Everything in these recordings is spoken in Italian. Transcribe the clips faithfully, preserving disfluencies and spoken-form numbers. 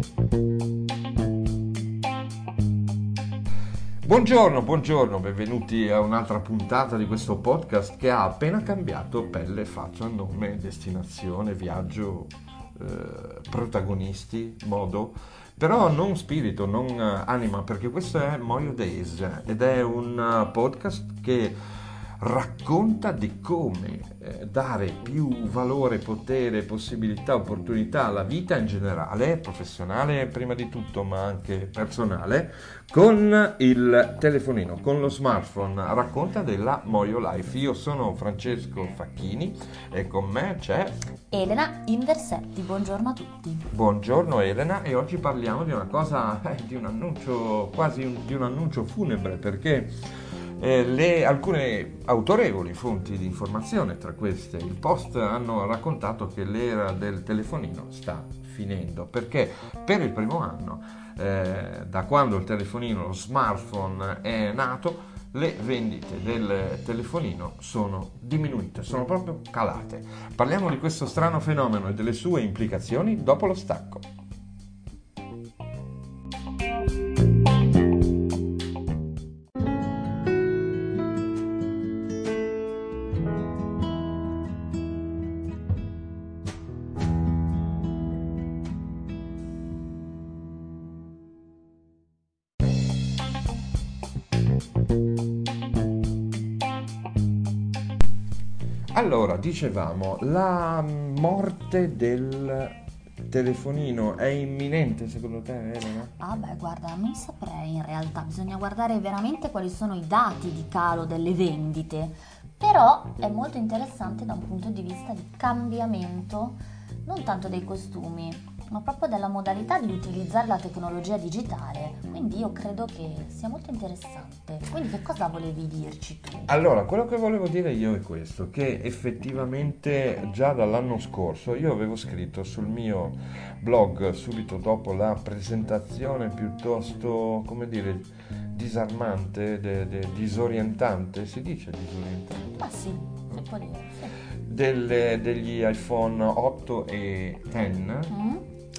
Buongiorno, buongiorno, benvenuti a un'altra puntata di questo podcast che ha appena cambiato pelle, faccia, nome, destinazione, viaggio, eh, protagonisti, modo, però non spirito, non anima, perché questo è Mojo Days ed è un podcast che racconta di come eh, dare più valore, potere, possibilità, opportunità alla vita in generale, professionale prima di tutto, ma anche personale, con il telefonino, con lo smartphone. Racconta della Mojo Life. Io sono Francesco Facchini e con me c'è Elena Inversetti. Buongiorno a tutti. Buongiorno Elena, e oggi parliamo di una cosa, eh, di un annuncio, quasi un, di un annuncio funebre, perché Eh, le, alcune autorevoli fonti di informazione, tra queste il Post, hanno raccontato che l'era del telefonino sta finendo, perché per il primo anno, eh, da quando il telefonino, lo smartphone è nato, le vendite del telefonino sono diminuite, sono proprio calate. Parliamo di questo strano fenomeno e delle sue implicazioni dopo lo stacco. Allora, dicevamo, la morte del telefonino è imminente secondo te, Elena? Ah beh, guarda, non saprei in realtà, bisogna guardare veramente quali sono i dati di calo delle vendite, però è molto interessante da un punto di vista di cambiamento, non tanto dei costumi, ma proprio della modalità di utilizzare la tecnologia digitale, quindi io credo che sia molto interessante. Quindi che cosa volevi dirci tu? Allora, quello che volevo dire io è questo, che effettivamente già dall'anno scorso io avevo scritto sul mio blog, subito dopo la presentazione piuttosto, come dire, disarmante, de, de, disorientante, si dice disorientante? Ah sì, si può dire, sì. Delle, degli iPhone otto e dieci, Mm?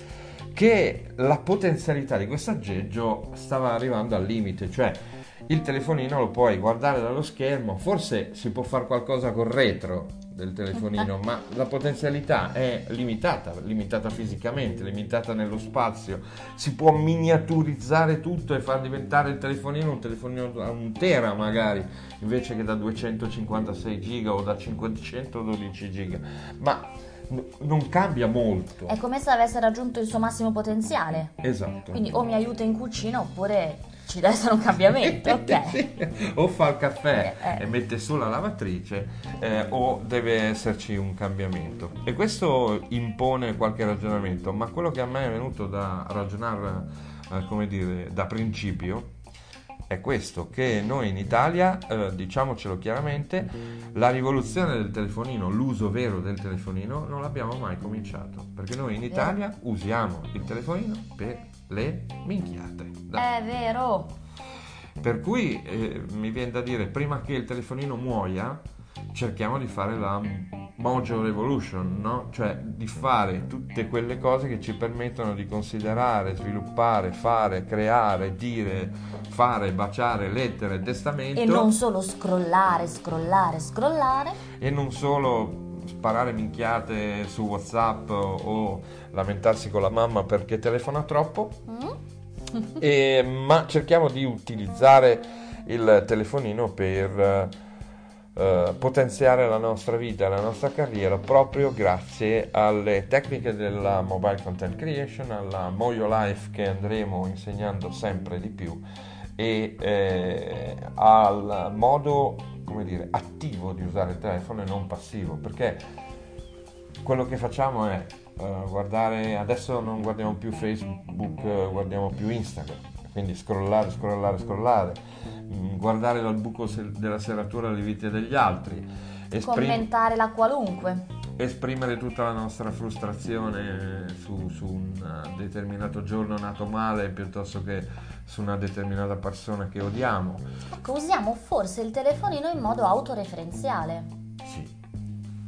che la potenzialità di questo aggeggio stava arrivando al limite, cioè il telefonino lo puoi guardare dallo schermo, forse si può fare qualcosa col retro del telefonino, ma la potenzialità è limitata, limitata fisicamente, limitata nello spazio. Si può miniaturizzare tutto e far diventare il telefonino un telefonino da un tera magari, invece che da duecentocinquantasei giga o da cinquecentododici giga, ma non cambia molto. È come se avesse raggiunto il suo massimo potenziale. Esatto. Quindi o mi aiuta in cucina oppure ci deve essere un cambiamento, ok? Sì. O fa il caffè Eh, eh. e mette su la lavatrice, eh, o deve esserci un cambiamento. E questo impone qualche ragionamento, ma quello che a me è venuto da ragionare, eh, come dire, da principio, è questo, che noi in Italia, eh, diciamocelo chiaramente, la rivoluzione del telefonino, l'uso vero del telefonino, non l'abbiamo mai cominciato, perché noi in Italia usiamo il telefonino per le minchiate. Dai. È vero. Per cui eh, mi viene da dire, prima che il telefonino muoia, cerchiamo di fare la Mojo Revolution, no? Cioè di fare tutte quelle cose che ci permettono di considerare, sviluppare, fare, creare, dire, fare, baciare, lettere, testamento. E non solo scrollare, scrollare, scrollare. E non solo sparare minchiate su WhatsApp o, o lamentarsi con la mamma perché telefona troppo. Mm? E, ma cerchiamo di utilizzare il telefonino per uh, potenziare la nostra vita e la nostra carriera proprio grazie alle tecniche della mobile content creation, alla Mojo Life che andremo insegnando sempre di più, e eh, al modo, come dire, attivo di usare il telefono e non passivo, perché quello che facciamo è Uh, guardare, adesso non guardiamo più Facebook, uh, guardiamo più Instagram, quindi scrollare, scrollare, scrollare, mm, guardare dal buco se- della serratura le vite degli altri, esprim- Commentare la qualunque. esprimere tutta la nostra frustrazione su, su un uh, determinato giorno nato male piuttosto che su una determinata persona che odiamo. Ecco, usiamo forse il telefonino in modo autoreferenziale. Sì,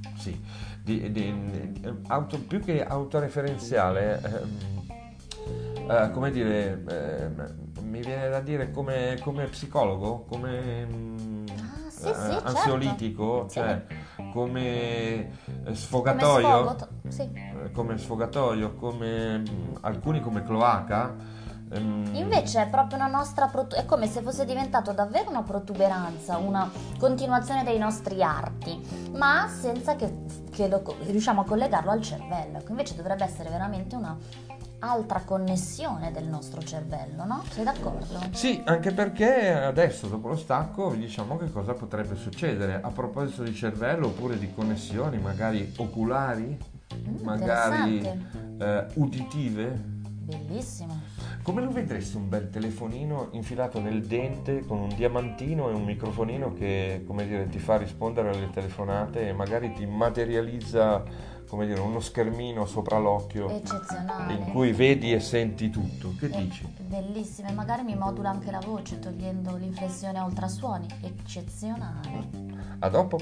sì. Di, di, di, auto, più che autoreferenziale, ehm, eh, come dire, eh, mi viene da dire come, come psicologo, come mm, Ah, sì, eh, sì, certo. ansiolitico, Sì. cioè come eh, Come sfogatoio, sfogo, to- sì. eh, come sfogatoio, come mm, alcuni come cloaca. ehm, Invece è proprio una nostra protu- è come se fosse diventato davvero una protuberanza, una continuazione dei nostri arti, ma senza che, che lo co- riusciamo a collegarlo al cervello. Ecco, invece dovrebbe essere veramente una altra connessione del nostro cervello, no? Sei d'accordo? Sì, anche perché adesso dopo lo stacco vi diciamo che cosa potrebbe succedere a proposito di cervello oppure di connessioni, magari oculari, Mm, magari interessante, eh, uditive. bellissimo. Come lo vedresti un bel telefonino infilato nel dente con un diamantino e un microfonino che, come dire, ti fa rispondere alle telefonate e magari ti materializza, come dire, uno schermino sopra l'occhio in Eccezionale. cui vedi e senti tutto. Che È dici? bellissimo e magari mi modula anche la voce togliendo l'inflessione a ultrasuoni. Eccezionale. A dopo.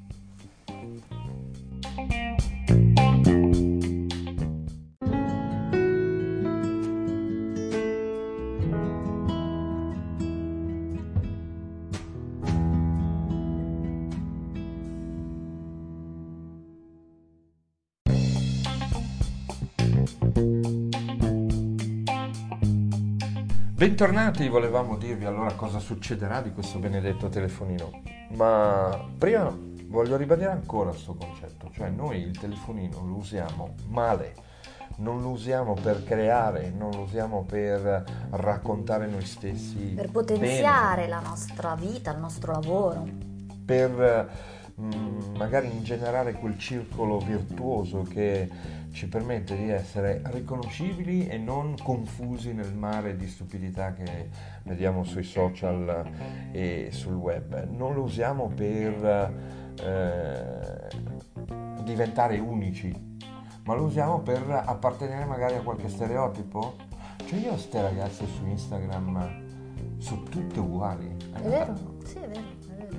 Bentornati, volevamo dirvi allora cosa succederà di questo benedetto telefonino, ma prima voglio ribadire ancora questo concetto, cioè noi il telefonino lo usiamo male, non lo usiamo per creare, non lo usiamo per raccontare noi stessi Per bene, potenziare la nostra vita, il nostro lavoro. per mm, magari ingenerare quel circolo virtuoso che ci permette di essere riconoscibili e non confusi nel mare di stupidità che vediamo sui social e sul web. Non lo usiamo per eh, diventare unici, ma lo usiamo per appartenere magari a qualche stereotipo. Cioè io ste ragazze su Instagram sono tutte uguali. È vero? Sì, è vero, è vero.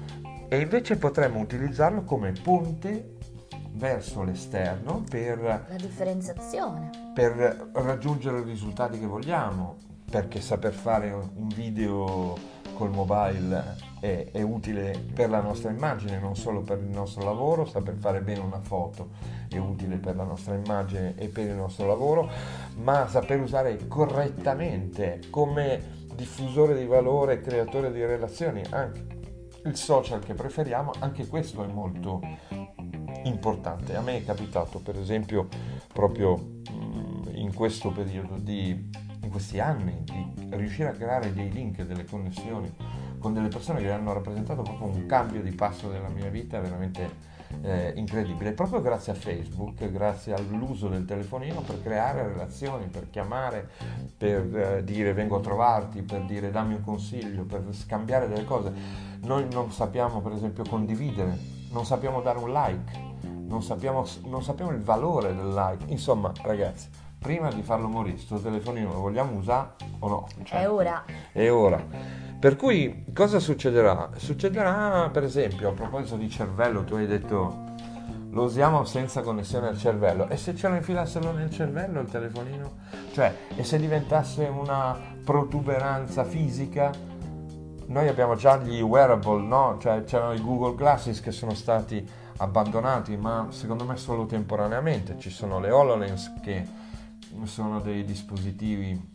E invece potremmo utilizzarlo come ponte verso l'esterno per, La differenziazione. per raggiungere i risultati che vogliamo, perché saper fare un video col mobile è, è utile per la nostra immagine, non solo per il nostro lavoro. Saper fare bene una foto è utile per la nostra immagine e per il nostro lavoro, ma saper usare correttamente come diffusore di valore e creatore di relazioni anche il social che preferiamo, anche questo è molto importante. A me è capitato, per esempio, proprio mh, in questo periodo, di, in questi anni, di riuscire a creare dei link, delle connessioni con delle persone che hanno rappresentato proprio un cambio di passo della mia vita veramente eh, incredibile, proprio grazie a Facebook, grazie all'uso del telefonino per creare relazioni, per chiamare, per eh, dire vengo a trovarti, per dire dammi un consiglio, per scambiare delle cose. Noi non sappiamo per esempio condividere, non sappiamo dare un like, non sappiamo, non sappiamo il valore del like. Insomma, ragazzi, prima di farlo morire, sto telefonino lo vogliamo usare o no? Cioè, È ora. è ora. Per cui cosa succederà? Succederà, per esempio, a proposito di cervello, tu hai detto lo usiamo senza connessione al cervello, e se ce lo infilassero nel cervello il telefonino? Cioè, e se diventasse una protuberanza fisica? Noi abbiamo già gli wearable, no? Cioè c'erano i Google Glasses che sono stati abbandonati, ma secondo me solo temporaneamente. Ci sono le HoloLens che sono dei dispositivi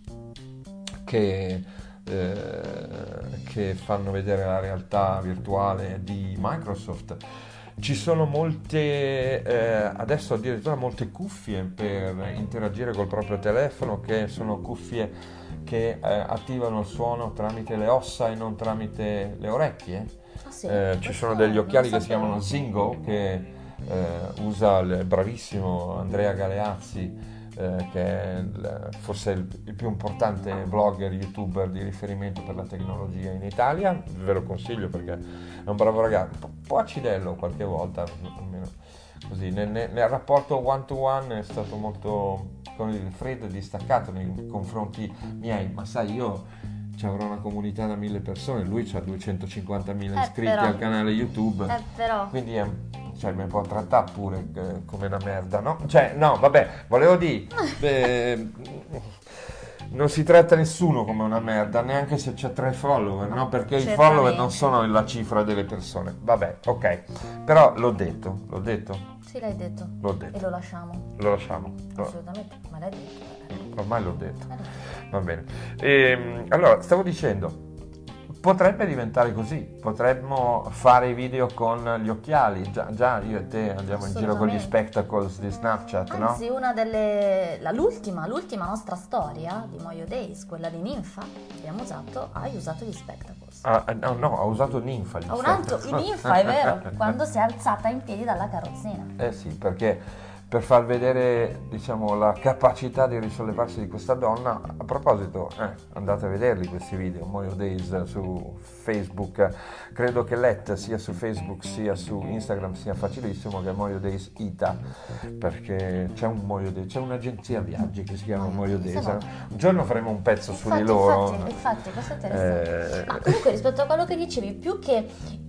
che, eh, che fanno vedere la realtà virtuale di Microsoft. Ci sono molte, eh, adesso addirittura molte cuffie per interagire col proprio telefono, che sono cuffie che eh, attivano il suono tramite le ossa e non tramite le orecchie. Ah sì? Eh, ci sono degli occhiali che si chiamano Zingo, che eh, usa il bravissimo Andrea Galeazzi, eh, che è il, forse il, il più importante blogger, youtuber di riferimento per la tecnologia in Italia. Ve lo consiglio perché è un bravo ragazzo, un po' acidello qualche volta, almeno così. Nel, nel, nel rapporto one to one è stato molto, come dire, freddo e distaccato nei confronti miei, ma sai, io ci avrò una comunità da mille persone, lui ha duecentocinquantamila Eh, iscritti però. al canale YouTube, Eh, però. quindi è cioè mi può trattare pure eh, come una merda, no? Cioè, no, vabbè, volevo dire, eh, non si tratta nessuno come una merda, neanche se c'è tre follower, no? Perché i follower non sono la cifra delle persone. Vabbè, ok, però l'ho detto, l'ho detto. Sì, l'hai detto. L'ho detto. E lo lasciamo. Lo lasciamo. Assolutamente, ma l'hai detto. Ormai l'ho detto. Va bene. E, allora, stavo dicendo, potrebbe diventare così, potremmo fare i video con gli occhiali, già, già io e te andiamo in giro con gli spectacles di Snapchat, Anzi, no? Anzi, una delle, la, l'ultima, l'ultima nostra storia di Moio Days, quella di Ninfa, che abbiamo usato, hai usato gli spectacles. Ah, no, no, ho usato Ninfa. Gli ho usato i Ninfa, è vero, quando si è alzata in piedi dalla carrozzina. Eh sì, perché per far vedere, diciamo, la capacità di risollevarsi di questa donna. A proposito, eh, andate a vederli questi video, Moio Days su Facebook, credo che Let sia su Facebook sia su Instagram sia facilissimo, che è Moio Days Ita, perché c'è un Moio Days, c'è un'agenzia viaggi che si chiama Moio Days. Un giorno faremo un pezzo infatti, su di loro. Infatti, infatti, questo è interessante. Eh... Ma comunque, rispetto a quello che dicevi, più che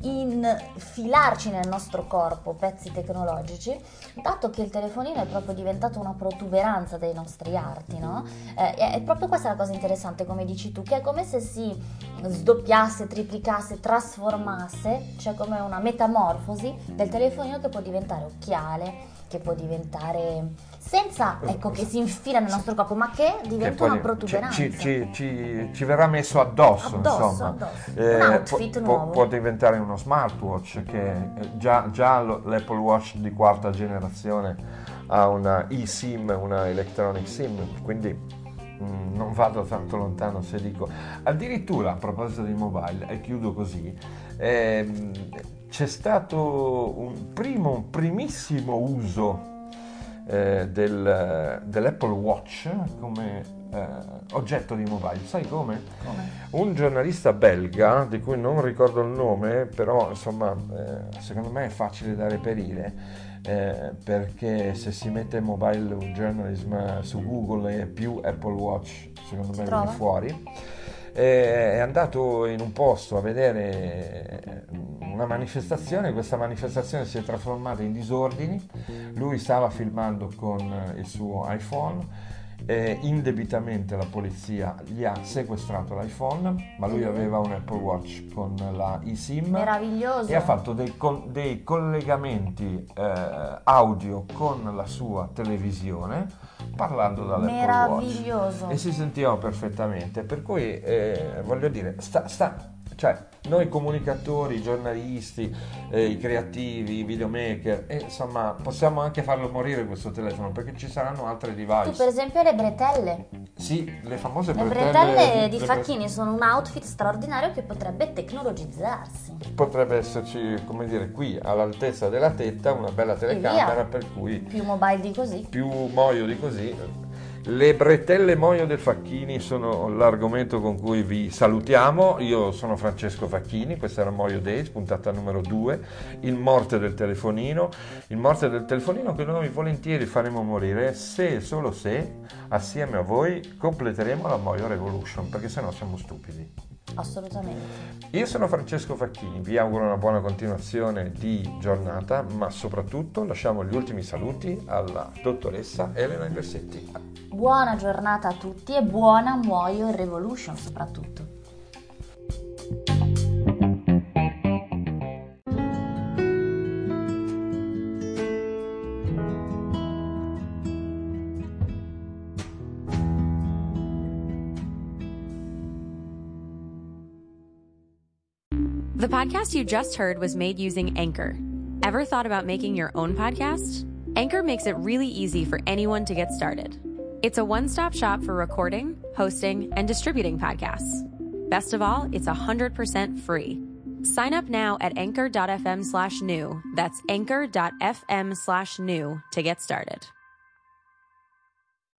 infilarci nel nostro corpo pezzi tecnologici, dato che il telefono è proprio diventato una protuberanza dei nostri arti, no? Eh, è proprio questa la cosa interessante, come dici tu, che è come se si sdoppiasse, triplicasse, trasformasse, cioè come una metamorfosi del telefonino che può diventare occhiale, che può diventare senza, ecco, che si infila nel nostro corpo, ma che diventa che una protuberanza. Ci, ci, ci, ci verrà messo addosso, addosso insomma. Addosso. Eh, un outfit può, nuovo. Può diventare uno smartwatch, che già, già l'Apple Watch di quarta generazione ha una eSIM, una electronic SIM, quindi mh, non vado tanto lontano se dico. Addirittura, a proposito di mobile, e chiudo così, ehm, c'è stato un primo, un primissimo uso eh, del, dell'Apple Watch come eh, oggetto di mobile. Sai come? Come? Un giornalista belga, di cui non ricordo il nome, però insomma eh, secondo me è facile da reperire, Eh, perché se si mette mobile journalism su Google e più Apple Watch, secondo me viene fuori. Eh, è andato in un posto a vedere una manifestazione, questa manifestazione si è trasformata in disordini, lui stava filmando con il suo iPhone. Eh, indebitamente la polizia gli ha sequestrato l'iPhone, ma lui mm. aveva un Apple Watch con la eSIM. Meraviglioso. E ha fatto dei, co- dei collegamenti eh, audio con la sua televisione parlando dall'Apple Meraviglioso. Watch e si sentiva perfettamente, per cui eh, voglio dire sta, sta cioè noi comunicatori, i giornalisti, eh, i creativi, i videomaker, eh, insomma possiamo anche farlo morire questo telefono, perché ci saranno altre device. Tu per esempio le bretelle. Sì, le famose le bretelle. Le bretelle di Facchini sono un outfit straordinario che potrebbe tecnologizzarsi. Potrebbe esserci, come dire, qui all'altezza della tetta una bella telecamera, per cui più mobile di così. Più moio di così. Le bretelle Moio del Facchini sono l'argomento con cui vi salutiamo. Io sono Francesco Facchini, questa era Moio Days, puntata numero due, il morte del telefonino, il morte del telefonino che noi volentieri faremo morire se, solo se, assieme a voi completeremo la Moio Revolution, perché sennò siamo stupidi. Assolutamente. Io sono Francesco Facchini, vi auguro una buona continuazione di giornata, ma soprattutto lasciamo gli ultimi saluti alla dottoressa Elena Inversetti. Buona giornata a tutti e buona Moio Revolution soprattutto. The podcast you just heard was made using Anchor. Ever thought about making your own podcast? Anchor makes it really easy for anyone to get started. It's a one-stop shop for recording, hosting, and distributing podcasts. Best of all, it's one hundred percent free. Sign up now at anchor.fm slash new. That's anchor.fm slash new to get started.